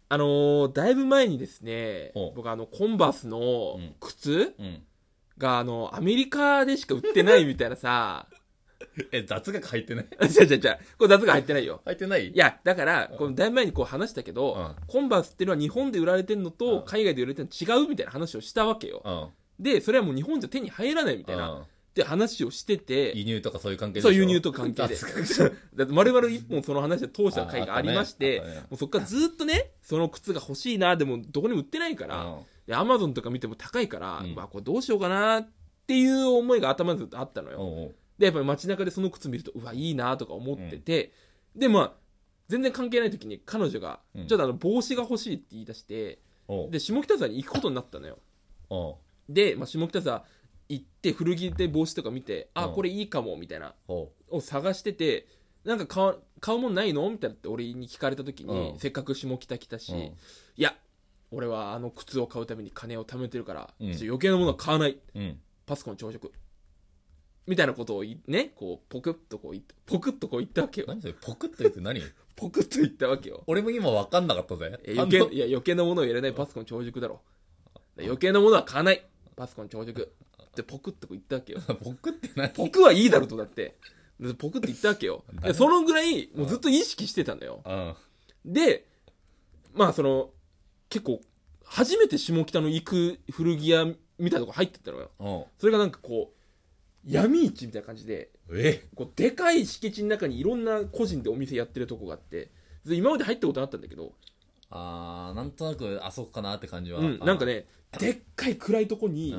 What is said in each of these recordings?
だいぶ前にですね、僕コンバースの靴がアメリカでしか売ってないみたいなさ、 雑学入ってない？ 違う、これ雑が入ってないよ。 入ってない？ いや、だから、このだいぶ前にこう話したけど、コンバースっていうのは日本で売られてるのと海外で売られてるの違うみたいな話をしたわけよ。で、それはもう日本じゃ手に入らないみたいな。って話をしてて、 輸入とかそういう関係でしょ。 そう、輸入とか関係で。だって丸々一本その話で通した回がありまして、もうそっからずっとね、その靴が欲しいな、でもどこにも売ってないから、で、アマゾンとか見ても高いから、まあこれどうしようかなっていう思いが頭にずっとあったのよ。で、やっぱり街中でその靴見ると、うわ、いいなとか思ってて、で、まあ、全然関係ない時に彼女が、ちょっと帽子が欲しいって言い出して、で、下北沢に行くことになったのよ。で、まあ、下北沢行って古着で帽子とか見て、あ、これいいかもみたいなを探してて、なんか買うもんないのみたいなって俺に聞かれた時に、せっかく下北来たし、いや俺は靴を買うために金を貯めてるから、余計なものは買わない、パソコン朝食みたいなことをね、こうポクッとこう言ったわけよ。 何それ、ポクッと言って何？ ポクッと言ったわけよ。 俺も今分かんなかったぜ。 余計なものを入れないパソコン朝食だろ。余計なものは買わないパソコン朝食ってポクッと言ったわけよ。 ポクって何？ ポクはいいだろと、だってポクって言ったわけよ。そのぐらいもうずっと意識してたのよ。で、まあ結構初めて下北の行く古着屋みたいなとこ入ってったのよ。それがなんかこう闇市みたいな感じで、こうでかい敷地の中にいろんな個人でお店やってるとこがあって、今まで入ったことあったんだけど、 なんとなくあそこかなって感じは、 なんかね、でっかい暗いとこに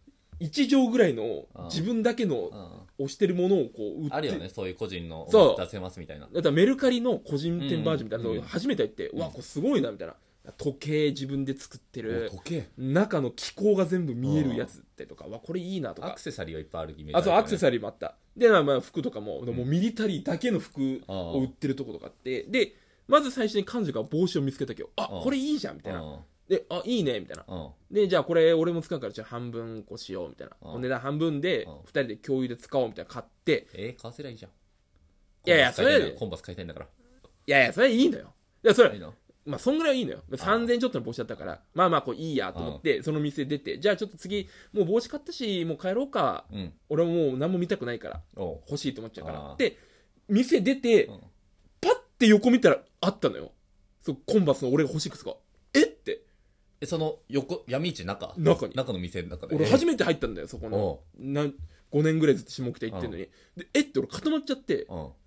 1畳ぐらいの自分だけの推してるものをこう売って、 あるよね、そういう個人の出せますみたいな。 だからメルカリの個人店バージョンみたいなのを初めて入って、うわ、これすごいなみたいな。時計自分で作ってる、中の気候が全部見えるやつってとか、わ、これいいなとか。 アクセサリーがいっぱいあるイメージ。 そう、アクセサリーもあった。で、まあ服とかも、もうミリタリーだけの服を売ってるとことかあって、で、まず最初に彼女が帽子を見つけたけど、これいいじゃんみたいな。で、いいねみたいな。で、じゃあこれ俺も使うから、じゃあ半分こうしようみたいな。お値段半分で、2人で共有で使おうみたいな買って。 買わせりゃいいじゃん。 いや、それコンバス買いたいんだから。 いや、それいいのよ。いや、それ、まあ、そんぐらいはいいのよ。3000円ちょっとの帽子だったから、まあこういいやと思って、その店出て、じゃあちょっと次、もう帽子買ったし、もう帰ろうか。俺はもう何も見たくないから、欲しいと思っちゃうから。で、店出て、パッて横見たらあったのよ。コンバスの俺が欲しい靴が。って。 その闇市中の店の中で。 俺初めて入ったんだよ、そこの。5年ぐらいずっと下北行ってんのに。で、って俺固まっちゃって、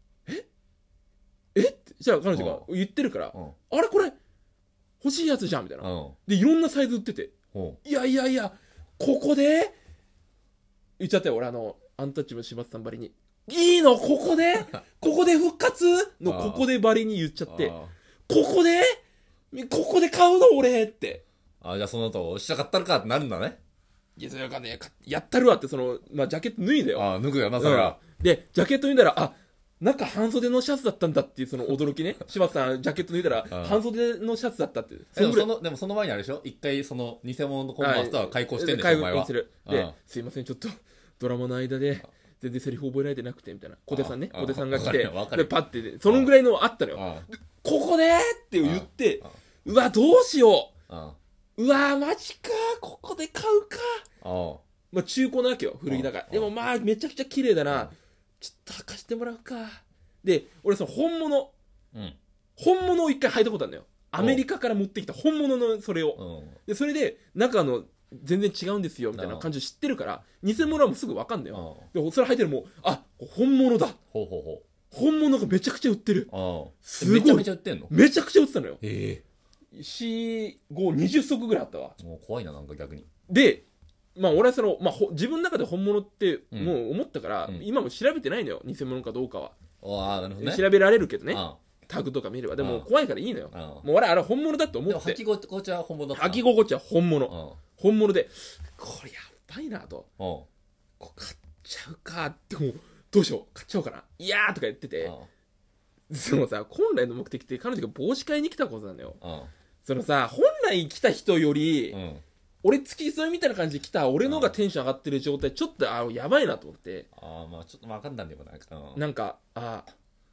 ってじゃあ彼女が言ってるから、あれこれ欲しいやつじゃんみたいな。で、いろんなサイズ売ってて、いやここで言っちゃったよ俺、アンタッチャブル柴田さんばりに、いいのここで復活のここでばりに言っちゃって、ここで買うの俺って。 じゃあその後したかったのかってなるんだね。 いや、それがね、やったるわって、まあ、ジャケット脱いだよ。 脱ぐよな、それは。 で、ジャケット脱いだら、中半袖のシャツだったんだっていうその驚きね。柴田さんジャケット脱いだら半袖のシャツだったって。 でもその前にあれでしょ、一回その偽物のコンバースとは開口してんでしょ、お前は。 で、すいませんちょっとドラマの間で全然セリフ覚えられてなくてみたいな。小手さんね、小手さんが来て、でパッてそのぐらいのあったのよ。ここでって言って、うわどうしよう、うわマジか、ここで買うか。まあ中古なわけよ、古着だから。でもまあめちゃくちゃ綺麗だな。ちょっと履かしてもらうか。で、俺本物を一回履いたことあるのよ。アメリカから持ってきた本物のそれを。で、それで、中の全然違うんですよ、みたいな感じ知ってるから、偽物はもうすぐ分かんだよ。で、それ履いてるもう、本物だ。本物がめちゃくちゃ売ってる。 すごい。めちゃめちゃ売ってんの？ めちゃくちゃ売ってたのよ。4、5、20足ぐらいあったわ。 もう怖いな、なんか逆に。 で、まあ俺は自分の中で本物ってもう思ったから、今も調べてないのよ、偽物かどうかは。 なるほどね。 調べられるけどね、タグとか見れば。でも怖いからいいのよ。もう俺あれ本物だと思って。 でも履き心地は本物だった。 履き心地は本物。本物で、これやばいなと。こう買っちゃうかって、もうどうしよう、買っちゃおうかな。いやーとか言ってて。そのさ、本来の目的って彼女が帽子買いに来たことなんだよ。そのさ、本来来た人より、俺付き添いみたいな感じで来た俺のがテンション上がってる状態、ちょっとやばいなと思って。 まあちょっと分かんないんだよなんか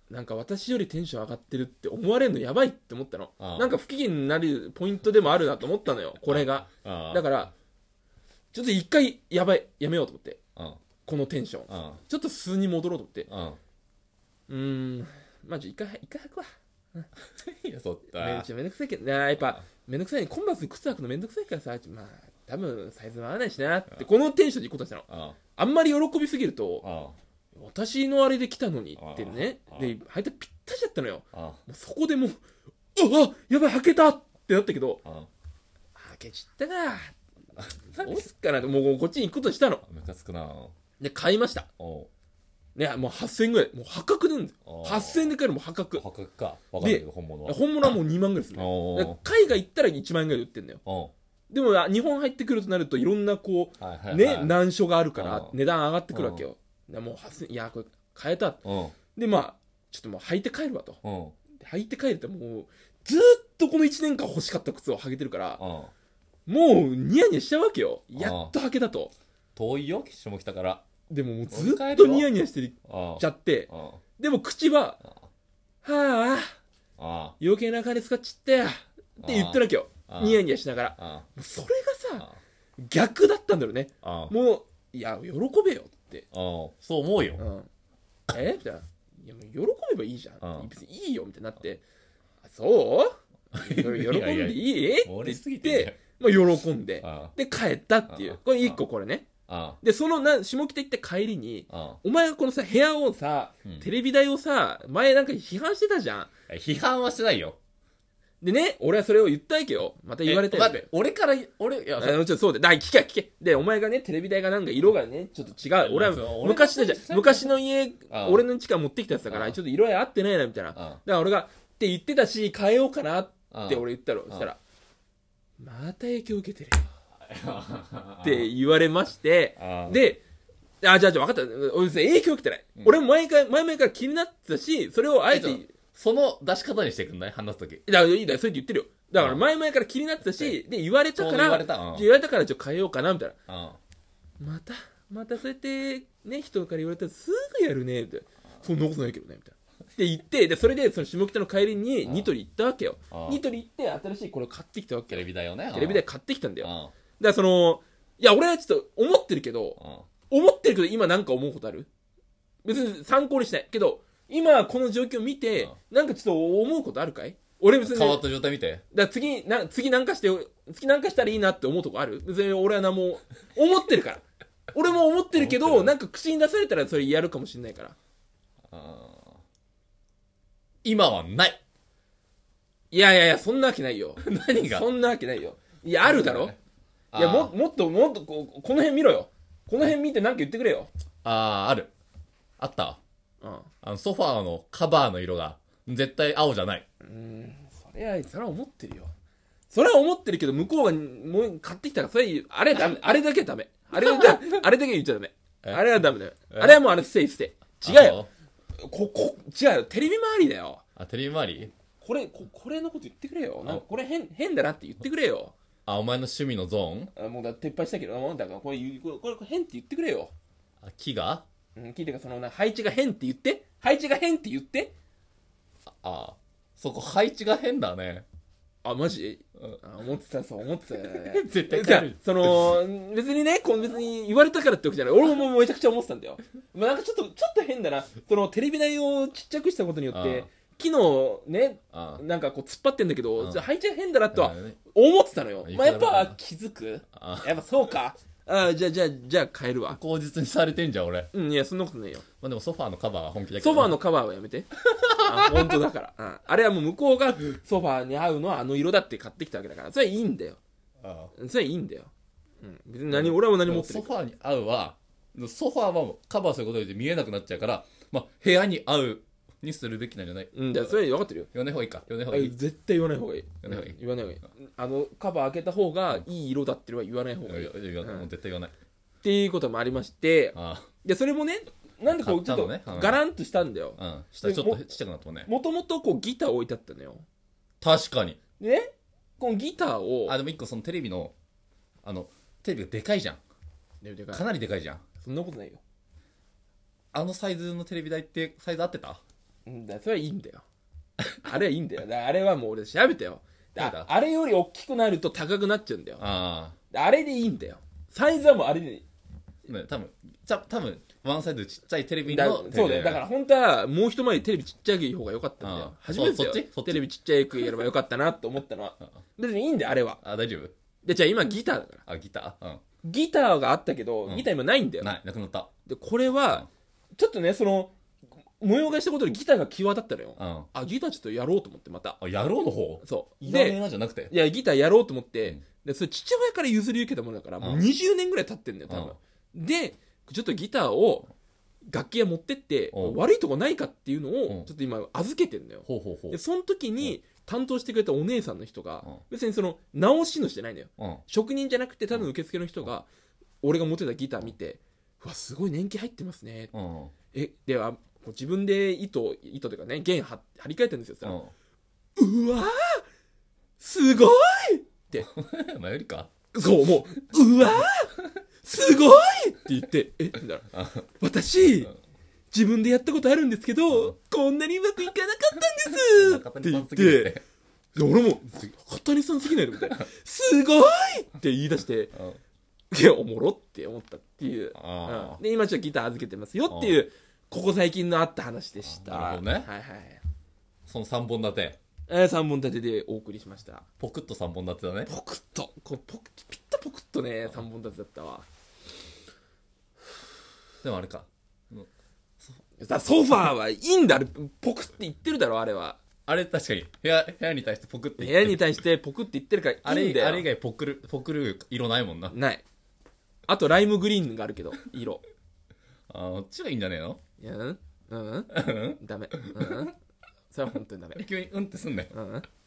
なんか私よりテンション上がってるって思われるのやばいって思ったの。なんか不機嫌になるポイントでもあるなと思ったのよ、これが。だからちょっと一回やめようと思って、このテンションちょっと素に戻ろうと思って、まあ一回履くわ。 いや、そっためんどくさいけどやっぱめんどくさい。コンバースに靴履くのめんどくさいからさ、まあ多分サイズも合わないしなってこのテンションで行こうとしたの。あんまり喜びすぎると私のあれで来たのにってね、で履いたらぴったしだったのよ。もうそこでもうやばい履けたってなったけど、履けちったかどうすっかなって、もうこっちに行くことしたの。 ムカつくな。で買いました。ね、もう8000円ぐらい、もう破格なんですよ。8000円で買えるもう破格。 破格か。わかんないけど、本物は。 本物はもう2万ぐらいするね。海外行ったら1万円ぐらいで売ってんだよ。でも日本入ってくるとなるといろんなこう、ね、難所があるから値段上がってくるわけよ。もう8000円、いや、これ買えた。で、まあ、ちょっともう履いて帰るわと。履いて帰るってもう、ずーっとこの1年間欲しかった靴を履けてるから、もうニヤニヤしちゃうわけよ。やっと履けたと。 遠いよ、下北から。 でももうずっとニヤニヤしてちゃって、でも口は、はあ、余計な金使っちったよって言ってるわけよ。ニヤニヤしながら。それがさ、逆だったんだろうね。もう、いや、喜べよって。 そう思うよ。 みたいな。いや、もう喜べばいいじゃん。別にいいよみたいになって、そう喜んでいいって言って、まあ喜んで、で、帰ったっていう。これ一個これね。で、その下北行って帰りに、お前がこのさ、部屋をさ、テレビ台をさ、前なんか批判してたじゃん。 批判はしてないよ。 でね、俺はそれを言ったわけよ。また言われたよ。 待って、俺、いや、もちろんそうだ。聞け。で、お前がね、テレビ台がなんか色がね、ちょっと違う。俺は、昔の家、俺の家から持ってきたやつだから、ちょっと色合い合ってないな、みたいな。だから俺が、って言ってたし、変えようかなって俺言ったろ。そしたら、また影響受けてるよ。って言われまして、で、じゃあ分かった。俺影響受けてない。俺も前々から気になってたし、それをあえて、 その出し方にしてくんない話すとき。 いいだよ、そうやって言ってるよ。だから前々から気になってたし、で、言われたから、ちょっと変えようかな、みたいな。またそうやって、ね、人から言われたらすぐやるね、みたいな。そんなことないけどね、みたいな。って言って、で、それで、その下北の帰りに、ニトリ行ったわけよ。ニトリ行って、新しいこれを買ってきたわけ。 テレビ台をね。 テレビ台買ってきたんだよ。だからいや、俺はちょっと思ってるけど、今なんか思うことある？別に参考にしない。けど、今この状況を見て、なんかちょっと思うことあるかい？俺別に。 変わった状態見て。 だから次なんかしたらいいなって思うとこある？別に俺は何も、思ってるから。俺も思ってるけど、なんか口に出されたらそれやるかもしれないから。 今はない。 いや、そんなわけないよ。 何が？ そんなわけないよ。いや、あるだろ？いや、もっと、この辺見ろよ。この辺見てなんか言ってくれよ。 ある。あった。ソファーのカバーの色が、絶対青じゃない。 それは思ってるよ。それは思ってるけど、向こうがもう買ってきたら、あれだけはダメ。あれだけ言っちゃダメ。あれはダメだよ。あれはもう捨て。違うよ。違うよ。テレビ周りだよ。 テレビ周り？ これのこと言ってくれよ。なんかこれ変だなって言ってくれよ。 お前の趣味のゾーン？ もう撤廃したけど、だからこれ変って言ってくれよ。 木が？ 木っていうか配置が変って言って。 そこ配置が変だね。 マジ？思ってた絶対変える。 別にね、別に言われたからってわけじゃない。俺もめちゃくちゃ思ってたんだよ。なんかちょっと変だな。テレビ台をちっちゃくしたことによって、木のね、なんかこう突っ張ってんだけど、配置が変だなとは思ってたのよ。やっぱ気づく？やっぱそうか。じゃあ変えるわ。 口実にされてんじゃん、俺。 いや、そんなことないよ。 でもソファーのカバーは本気だけど。 ソファーのカバーはやめて。本当だから。あれはもう向こうがソファーに合うのはあの色だって買ってきたわけだから。それはいいんだよ。それはいいんだよ。別に俺は何も持ってない。 ソファーに合うは、ソファーはカバーすることで見えなくなっちゃうから、部屋に合うにするべきなんじゃない？ それ分かってるよ。 言わない方がいいか。 絶対言わない方がいい。言わない方がいい。カバー開けた方がいい色だってのは言わない方がいい。 絶対言わない。 っていうこともありまして、でそれもね、なんでこうちょっとガランとしたんだよ。 下ちょっとちっちゃくなったもんね。 もともとギター置いてあったのよ。 確かに。 でね、このギターをでも一個そのテレビのテレビがでかいじゃん。かなりでかいじゃん。 そんなことないよ。 サイズのテレビ台ってサイズ合ってた？ それはいいんだよ。あれはいいんだよ。あれはもう俺調べたよ。あれより大きくなると高くなっちゃうんだよ。あれでいいんだよ。サイズはもうあれでいい。 ね、多分ワンサイズちっちゃいテレビのそうだよ。だから本当はもう一回りテレビちっちゃい方が良かったんだよ。初めてよ。テレビちっちゃいくやればよかったなと思ったのは。別にいいんだよ、あれは。 大丈夫で、じゃあ今ギターだから。 ギターギターがあったけど、ギター今ないんだよ。 なくなった。 で、これは、ちょっとね、模様替えしたことでギターが際立ったのよ。ギターちょっとやろうと思ってまた。 やろうの方そう。 いらねえなじゃなくて。 いや、ギターやろうと思って、で、それ父親から譲り受けたものだから、もう20年ぐらい経ってんだよ、多分。で、ちょっとギターを楽器屋持ってって、悪いとこないかっていうのを、ちょっと今預けてんだよ。で、その時に担当してくれたお姉さんの人が、別に直しのしてないんだよ。職人じゃなくて、ただの受付の人が、俺が持ってたギター見て、うわ、すごい年季入ってますね。では、自分で糸というかね、弦張り替えてるんですよ、さ。うわーすごいって。 前よりかそう、もう、うわーすごいって言って、なんだろう。私、自分でやったことあるんですけど、こんなにうまくいかなかったんですって言って、俺も、中谷さんすぎないのみたいな。すごいって言い出して、いや、おもろって思ったっていう。で、今ちょっとギター預けてますよっていう、ここ最近のあった話でした。 なるほどね。 はいはい。 その3本立て。 3本立てでお送りしました。 ポクッと3本立てだね。 ポクッと。ぴったポクッとね、3本立てだったわ。 でもあれか。 ソファーはいいんだ。ポクって言ってるだろ、あれは。 あれ確かに。部屋に対してポクって言ってる。部屋に対してポクって言ってるからいいんだよ。 あれ以外ポクる色ないもんな。 ない。あとライムグリーンがあるけど、色。 こっちがいいんじゃねえの？ ダメ。それは本当にダメ。 急にってすんね。